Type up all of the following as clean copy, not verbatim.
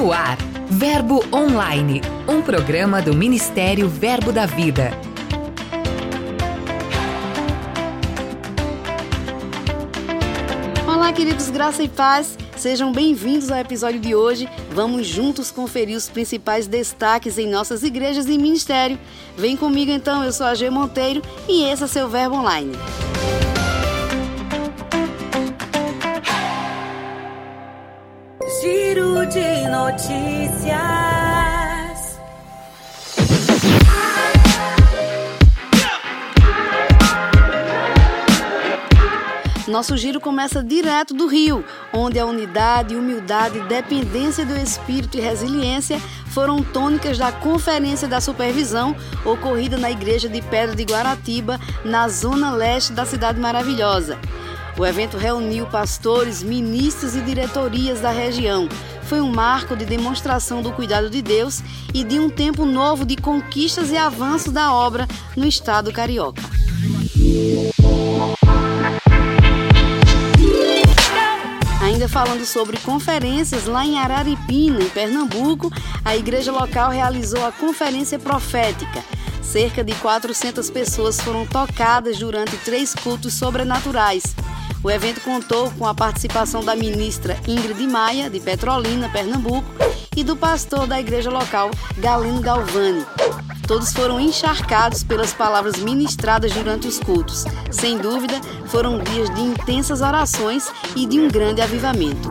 No ar, Verbo Online, um programa do Ministério Verbo da Vida. Olá, queridos, graça e paz. Sejam bem-vindos ao episódio de hoje. Vamos juntos conferir os principais destaques em nossas igrejas e ministério. Vem comigo então, eu sou a G Monteiro e esse é seu Verbo Online. Giro de notícias. Nosso giro começa direto do Rio, onde a unidade, humildade, dependência do Espírito e resiliência foram tônicas da Conferência da Supervisão, ocorrida na Igreja de Pedra de Guaratiba, na zona leste da Cidade Maravilhosa. O evento reuniu pastores, ministros e diretorias da região. Foi um marco de demonstração do cuidado de Deus e de um tempo novo de conquistas e avanços da obra no estado carioca. Ainda falando sobre conferências, lá em Araripina, em Pernambuco, a igreja local realizou a Conferência Profética. Cerca de 400 pessoas foram tocadas durante 3 cultos sobrenaturais. O evento contou com a participação da ministra Ingrid Maia, de Petrolina, Pernambuco, e do pastor da igreja local, Galeno Galvani. Todos foram encharcados pelas palavras ministradas durante os cultos. Sem dúvida, foram dias de intensas orações e de um grande avivamento.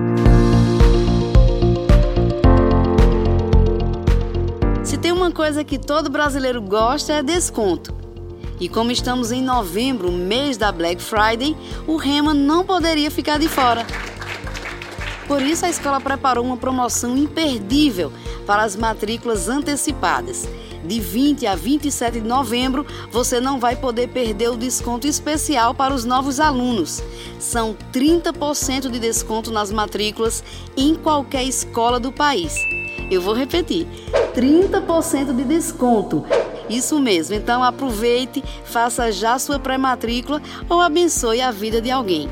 Se tem uma coisa que todo brasileiro gosta é desconto. E como estamos em novembro, mês da Black Friday, o Rema não poderia ficar de fora. Por isso, a escola preparou uma promoção imperdível para as matrículas antecipadas. De 20 a 27 de novembro, você não vai poder perder o desconto especial para os novos alunos. São 30% de desconto nas matrículas em qualquer escola do país. Eu vou repetir, 30% de desconto. Isso mesmo, então aproveite, faça já sua pré-matrícula ou abençoe a vida de alguém.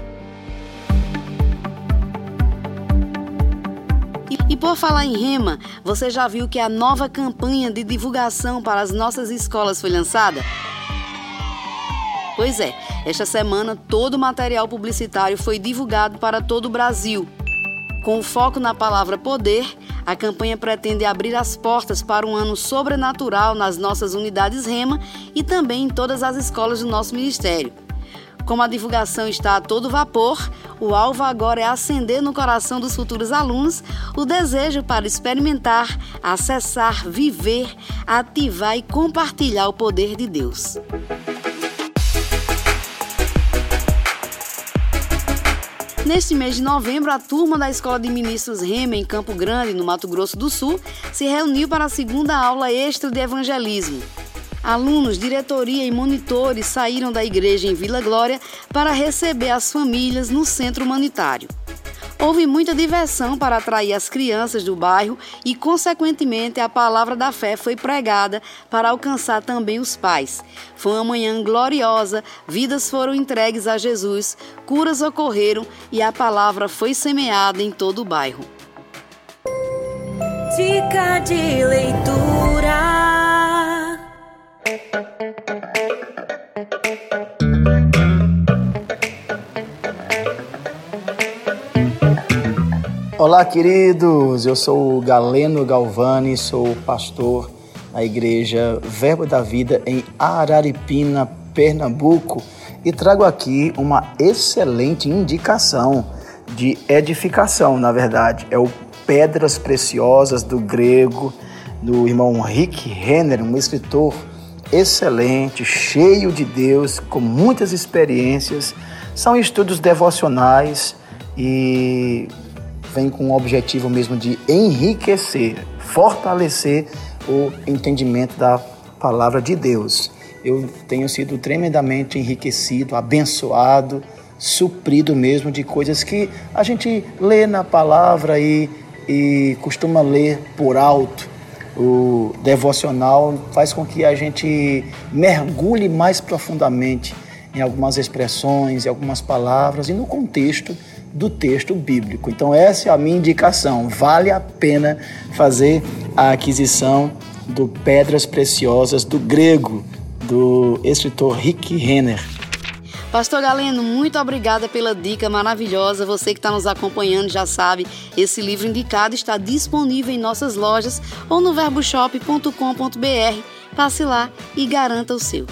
E por falar em Rema, você já viu que a nova campanha de divulgação para as nossas escolas foi lançada? Pois é, esta semana todo o material publicitário foi divulgado para todo o Brasil. Com foco na palavra poder, a campanha pretende abrir as portas para um ano sobrenatural nas nossas unidades Rema e também em todas as escolas do nosso ministério. Como a divulgação está a todo vapor, o alvo agora é acender no coração dos futuros alunos o desejo para experimentar, acessar, viver, ativar e compartilhar o poder de Deus. Neste mês de novembro, a turma da Escola de Ministros Rema, em Campo Grande, no Mato Grosso do Sul, se reuniu para a segunda aula extra de evangelismo. Alunos, diretoria e monitores saíram da igreja em Vila Glória para receber as famílias no centro humanitário. Houve muita diversão para atrair as crianças do bairro e, consequentemente, a palavra da fé foi pregada para alcançar também os pais. Foi uma manhã gloriosa, vidas foram entregues a Jesus, curas ocorreram e a palavra foi semeada em todo o bairro. Dica de leitura. Olá, queridos, eu sou o Galeno Galvani, sou pastor na igreja Verbo da Vida em Araripina, Pernambuco, e trago aqui uma excelente indicação de edificação, na verdade. É o Pedras Preciosas, do grego, do irmão Rick Renner, um escritor excelente, cheio de Deus, com muitas experiências. São estudos devocionais e vem com o objetivo mesmo de enriquecer, fortalecer o entendimento da palavra de Deus. Eu tenho sido tremendamente enriquecido, abençoado, suprido mesmo de coisas que a gente lê na palavra e costuma ler por alto. O devocional faz com que a gente mergulhe mais profundamente em algumas expressões, em algumas palavras e no contexto do texto bíblico. Então essa é a minha indicação. Vale a pena fazer a aquisição do Pedras Preciosas do grego, do escritor Rick Renner. Pastor Galeno, muito obrigada pela dica maravilhosa. Você que está nos acompanhando já sabe, esse livro indicado está disponível em nossas lojas ou no verboshop.com.br. Passe lá e garanta o seu.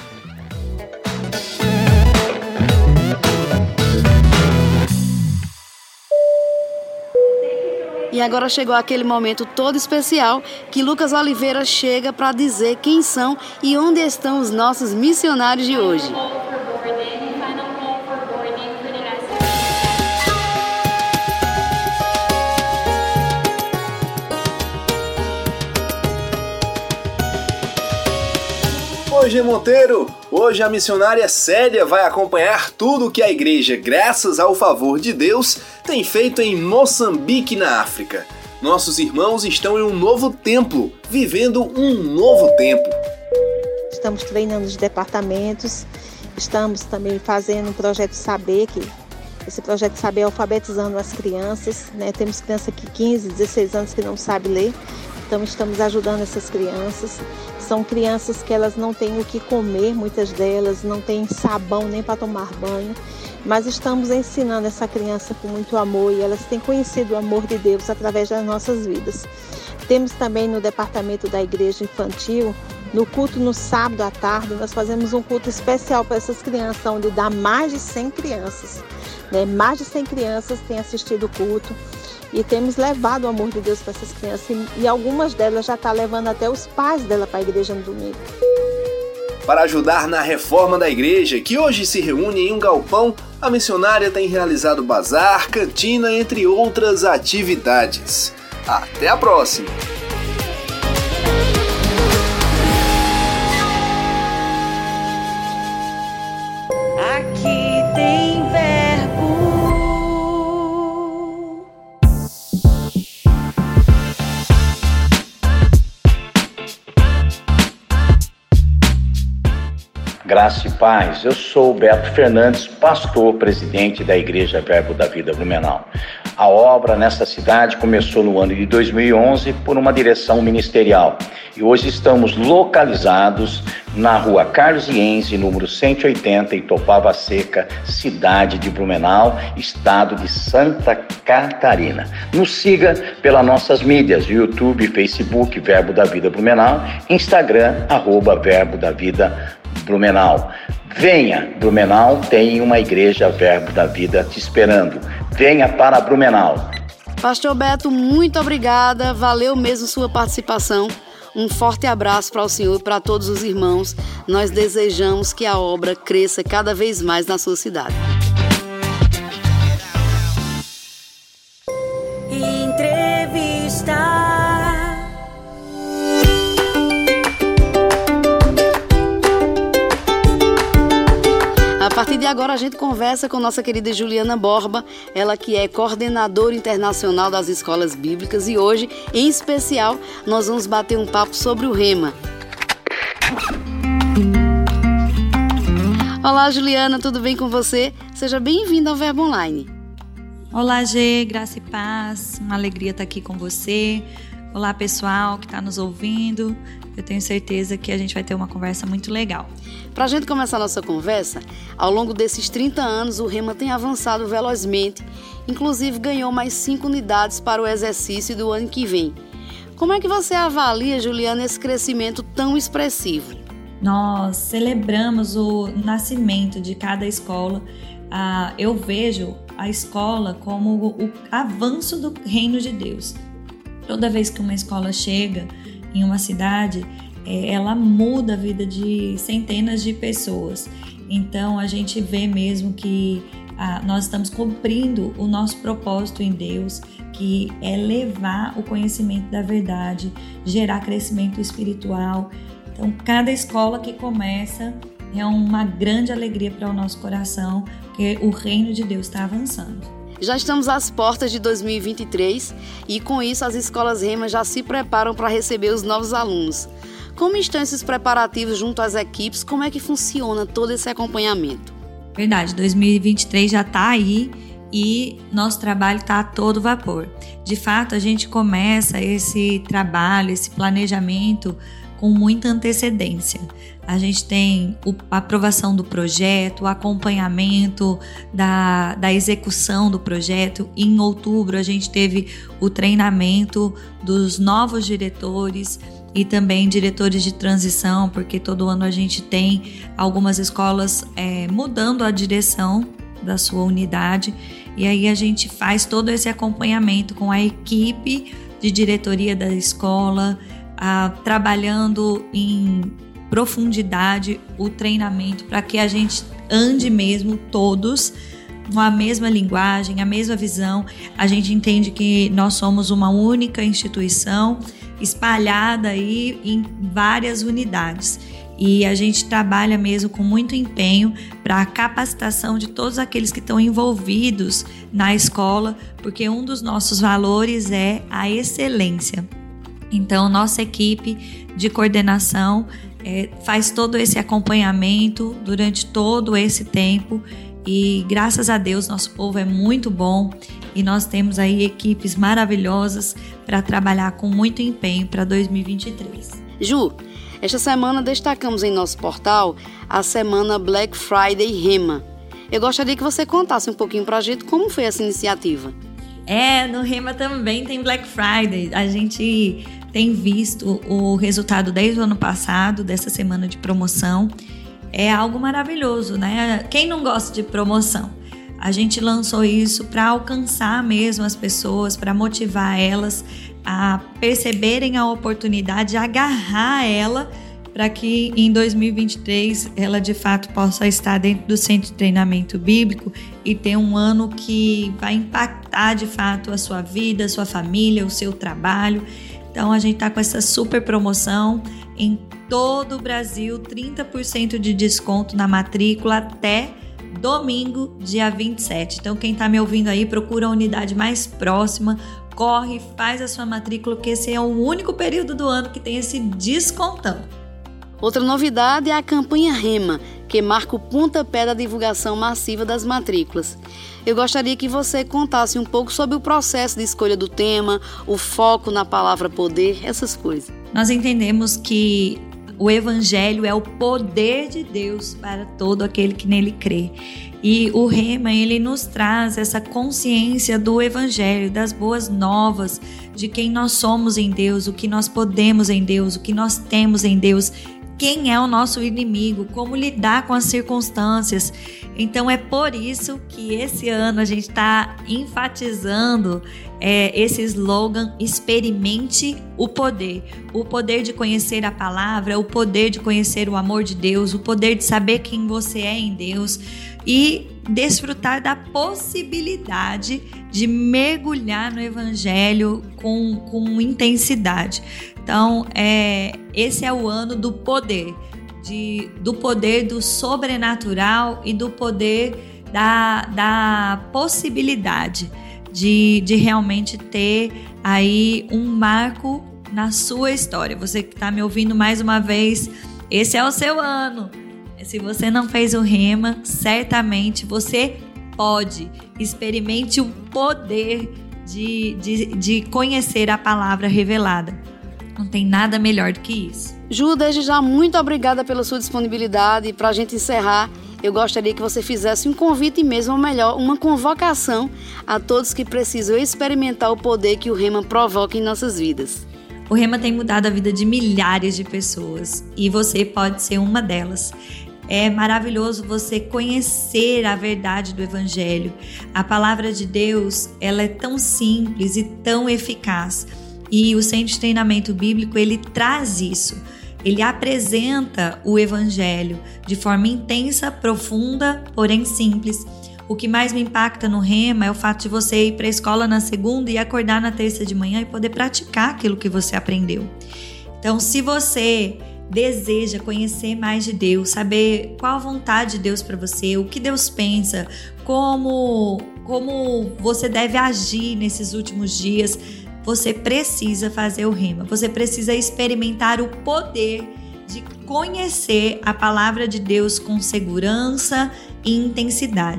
E agora chegou aquele momento todo especial que Lucas Oliveira chega para dizer quem são e onde estão os nossos missionários de hoje. Oi, G. Monteiro! Hoje a missionária Célia vai acompanhar tudo o que a igreja, graças ao favor de Deus, tem feito em Moçambique, na África. Nossos irmãos estão em um novo templo, vivendo um novo tempo. Estamos treinando os departamentos, estamos também fazendo um projeto Saber, que esse projeto Saber é alfabetizando as crianças, né? Temos crianças aqui 15, 16 anos que não sabem ler, então estamos ajudando essas crianças. São crianças que elas não têm o que comer, muitas delas não têm sabão nem para tomar banho, mas estamos ensinando essa criança com muito amor e elas têm conhecido o amor de Deus através das nossas vidas. Temos também no departamento da igreja infantil, no culto no sábado à tarde, nós fazemos um culto especial para essas crianças, onde dá mais de 100 crianças. Né? Mais de 100 crianças têm assistido o culto. E temos levado o amor de Deus para essas crianças. E algumas delas já estão levando até os pais dela para a igreja no domingo. Para ajudar na reforma da igreja, que hoje se reúne em um galpão, a missionária tem realizado bazar, cantina, entre outras atividades. Até a próxima! Aqui tem verbo. Graça e paz, eu sou Beto Fernandes, pastor, presidente da Igreja Verbo da Vida Blumenau. A obra nesta cidade começou no ano de 2011 por uma direção ministerial e hoje estamos localizados na rua Carlos Iense, número 180, em Topava Seca, cidade de Blumenau, estado de Santa Catarina. Nos siga pelas nossas mídias, YouTube, Facebook, Verbo da Vida Blumenau, Instagram, @Verbo da Vida Blumenau. Venha, Blumenau tem uma igreja Verbo da Vida te esperando. Venha para Blumenau. Pastor Beto, muito obrigada. Valeu mesmo sua participação. Um forte abraço para o senhor e para todos os irmãos. Nós desejamos que a obra cresça cada vez mais na sua cidade. Entrevista. A partir de agora a gente conversa com nossa querida Juliana Borba, ela que é coordenadora internacional das escolas bíblicas, e hoje, em especial, nós vamos bater um papo sobre o Rema. Olá Juliana, tudo bem com você? Seja bem-vinda ao Verbo Online. Olá Gê, graça e paz, uma alegria estar aqui com você. Olá pessoal que está nos ouvindo, eu tenho certeza que a gente vai ter uma conversa muito legal. Para a gente começar a nossa conversa, ao longo desses 30 anos o Rema tem avançado velozmente, inclusive ganhou mais 5 unidades para o exercício do ano que vem. Como é que você avalia, Juliana, esse crescimento tão expressivo? Nós celebramos o nascimento de cada escola. Eu vejo a escola como o avanço do reino de Deus. Toda vez que uma escola chega em uma cidade, ela muda a vida de centenas de pessoas. Então a gente vê mesmo que nós estamos cumprindo o nosso propósito em Deus, que é levar o conhecimento da verdade, gerar crescimento espiritual. Então cada escola que começa é uma grande alegria para o nosso coração, porque o reino de Deus está avançando. Já estamos às portas de 2023 e com isso as escolas Rema já se preparam para receber os novos alunos. Como estão esses preparativos junto às equipes? Como é que funciona todo esse acompanhamento? Verdade, 2023 já está aí e nosso trabalho está a todo vapor. De fato, a gente começa esse trabalho, esse planejamento com muita antecedência. A gente tem a aprovação do projeto, o acompanhamento da execução do projeto. Em outubro, a gente teve o treinamento dos novos diretores e também diretores de transição, porque todo ano a gente tem algumas escolas mudando a direção da sua unidade, e aí a gente faz todo esse acompanhamento com a equipe de diretoria da escola, trabalhando em profundidade o treinamento para que a gente ande mesmo todos com a mesma linguagem, a mesma visão. A gente entende que nós somos uma única instituição espalhada aí em várias unidades. E a gente trabalha mesmo com muito empenho para a capacitação de todos aqueles que estão envolvidos na escola, porque um dos nossos valores é a excelência. Então, nossa equipe de coordenação faz todo esse acompanhamento durante todo esse tempo e, graças a Deus, nosso povo é muito bom e nós temos aí equipes maravilhosas para trabalhar com muito empenho para 2023. Ju, esta semana destacamos em nosso portal a semana Black Friday Rema. Eu gostaria que você contasse um pouquinho para a gente como foi essa iniciativa. No Rema também tem Black Friday. A gente tem visto o resultado desde o ano passado, dessa semana de promoção. É algo maravilhoso, né? Quem não gosta de promoção? A gente lançou isso para alcançar mesmo as pessoas, para motivar elas a perceberem a oportunidade, agarrar ela, para que em 2023 ela de fato possa estar dentro do Centro de Treinamento Bíblico e ter um ano que vai impactar de fato a sua vida, a sua família, o seu trabalho. Então a gente está com essa super promoção em todo o Brasil, 30% de desconto na matrícula até domingo, dia 27. Então quem está me ouvindo aí, procura a unidade mais próxima, corre, faz a sua matrícula, porque esse é o único período do ano que tem esse descontão. Outra novidade é a campanha Rema, que marca o pontapé da divulgação massiva das matrículas. Eu gostaria que você contasse um pouco sobre o processo de escolha do tema, o foco na palavra poder, essas coisas. Nós entendemos que o Evangelho é o poder de Deus para todo aquele que nele crê. E o Rema, ele nos traz essa consciência do Evangelho, das boas novas, de quem nós somos em Deus, o que nós podemos em Deus, o que nós temos em Deus, quem é o nosso inimigo, como lidar com as circunstâncias. Então é por isso que esse ano a gente está enfatizando esse slogan: experimente o poder de conhecer a palavra, o poder de conhecer o amor de Deus, o poder de saber quem você é em Deus e desfrutar da possibilidade de mergulhar no Evangelho com intensidade. Então, esse é o ano do poder, do poder do sobrenatural e do poder da possibilidade de realmente ter aí um marco na sua história. Você que está me ouvindo mais uma vez, esse é o seu ano. Se você não fez o Rema, certamente você pode. Experimente o poder de conhecer a palavra revelada. Não tem nada melhor do que isso. Ju, desde já, muito obrigada pela sua disponibilidade. Para a gente encerrar, eu gostaria que você fizesse um convite mesmo, ou melhor, uma convocação a todos que precisam experimentar o poder que o Rema provoca em nossas vidas. O Rema tem mudado a vida de milhares de pessoas e você pode ser uma delas. É maravilhoso você conhecer a verdade do Evangelho. A palavra de Deus, ela é tão simples e tão eficaz. E o Centro de Treinamento Bíblico, ele traz isso. Ele apresenta o Evangelho de forma intensa, profunda, porém simples. O que mais me impacta no Rema é o fato de você ir para a escola na segunda e acordar na terça de manhã e poder praticar aquilo que você aprendeu. Então, se você deseja conhecer mais de Deus, saber qual a vontade de Deus para você, o que Deus pensa, como você deve agir nesses últimos dias, você precisa fazer o Rema. Você precisa experimentar o poder de conhecer a palavra de Deus com segurança e intensidade.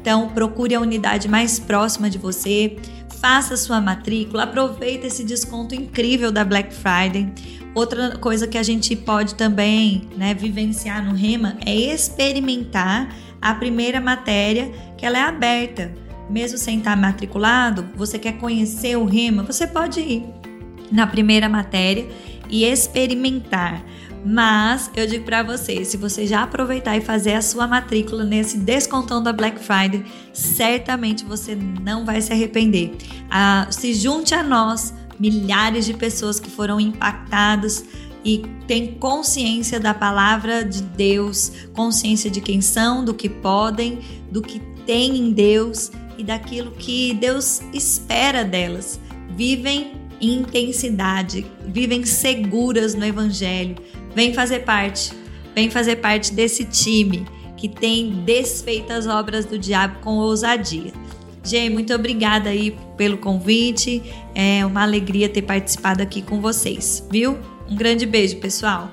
Então, procure a unidade mais próxima de você, faça sua matrícula, aproveita esse desconto incrível da Black Friday. Outra coisa que a gente pode também, vivenciar no Rema é experimentar a primeira matéria, que ela é aberta. Mesmo sem estar matriculado, você quer conhecer o Rema, você pode ir na primeira matéria e experimentar. Mas eu digo para você, se você já aproveitar e fazer a sua matrícula nesse descontão da Black Friday, certamente você não vai se arrepender. Se junte a nós, milhares de pessoas que foram impactadas e têm consciência da palavra de Deus, consciência de quem são, do que podem, do que têm em Deus e daquilo que Deus espera delas. Vivem em intensidade, vivem seguras no Evangelho. Vem fazer parte desse time que tem desfeito as obras do diabo com ousadia. Gê, muito obrigada aí pelo convite, é uma alegria ter participado aqui com vocês, viu? Um grande beijo, pessoal!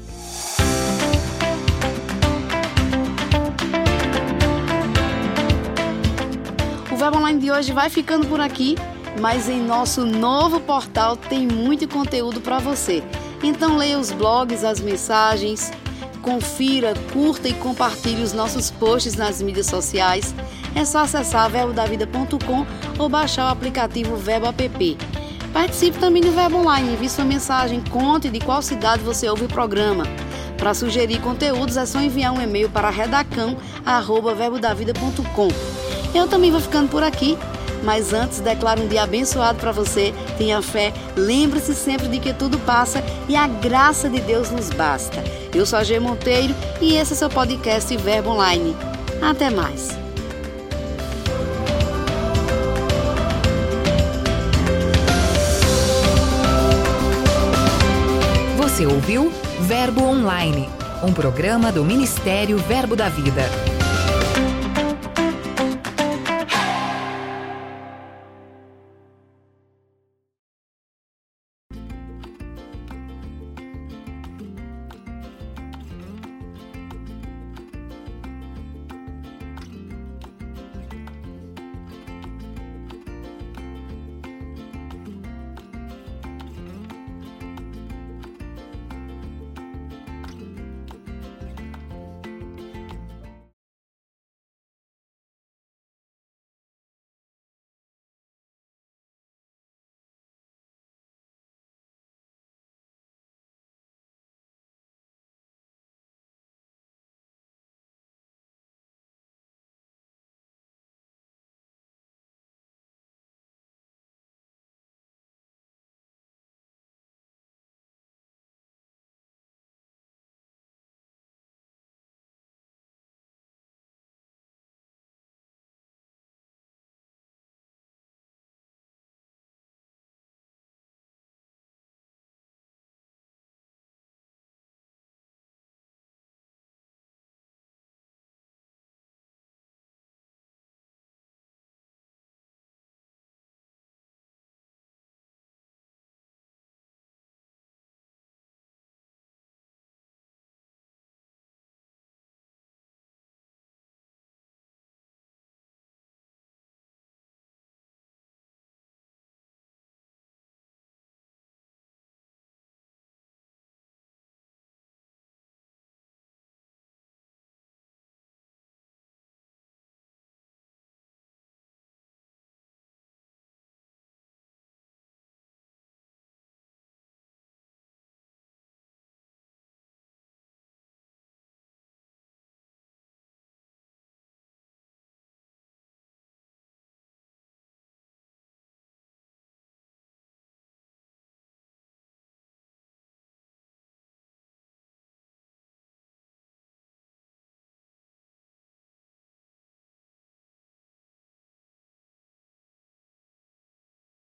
O Verbo Online de hoje vai ficando por aqui, mas em nosso novo portal tem muito conteúdo para você. Então leia os blogs, as mensagens, confira, curta e compartilhe os nossos posts nas mídias sociais. É só acessar verbodavida.com ou baixar o aplicativo Verbo App. Participe também do Verbo Online, envie sua mensagem, conte de qual cidade você ouve o programa. Para sugerir conteúdos é só enviar um e-mail para redacão@verbodavida.com. Eu também vou ficando por aqui. Mas antes, declaro um dia abençoado para você. Tenha fé, lembre-se sempre de que tudo passa e a graça de Deus nos basta. Eu sou a Gê Monteiro e esse é seu podcast Verbo Online. Até mais. Você ouviu Verbo Online, um programa do Ministério Verbo da Vida.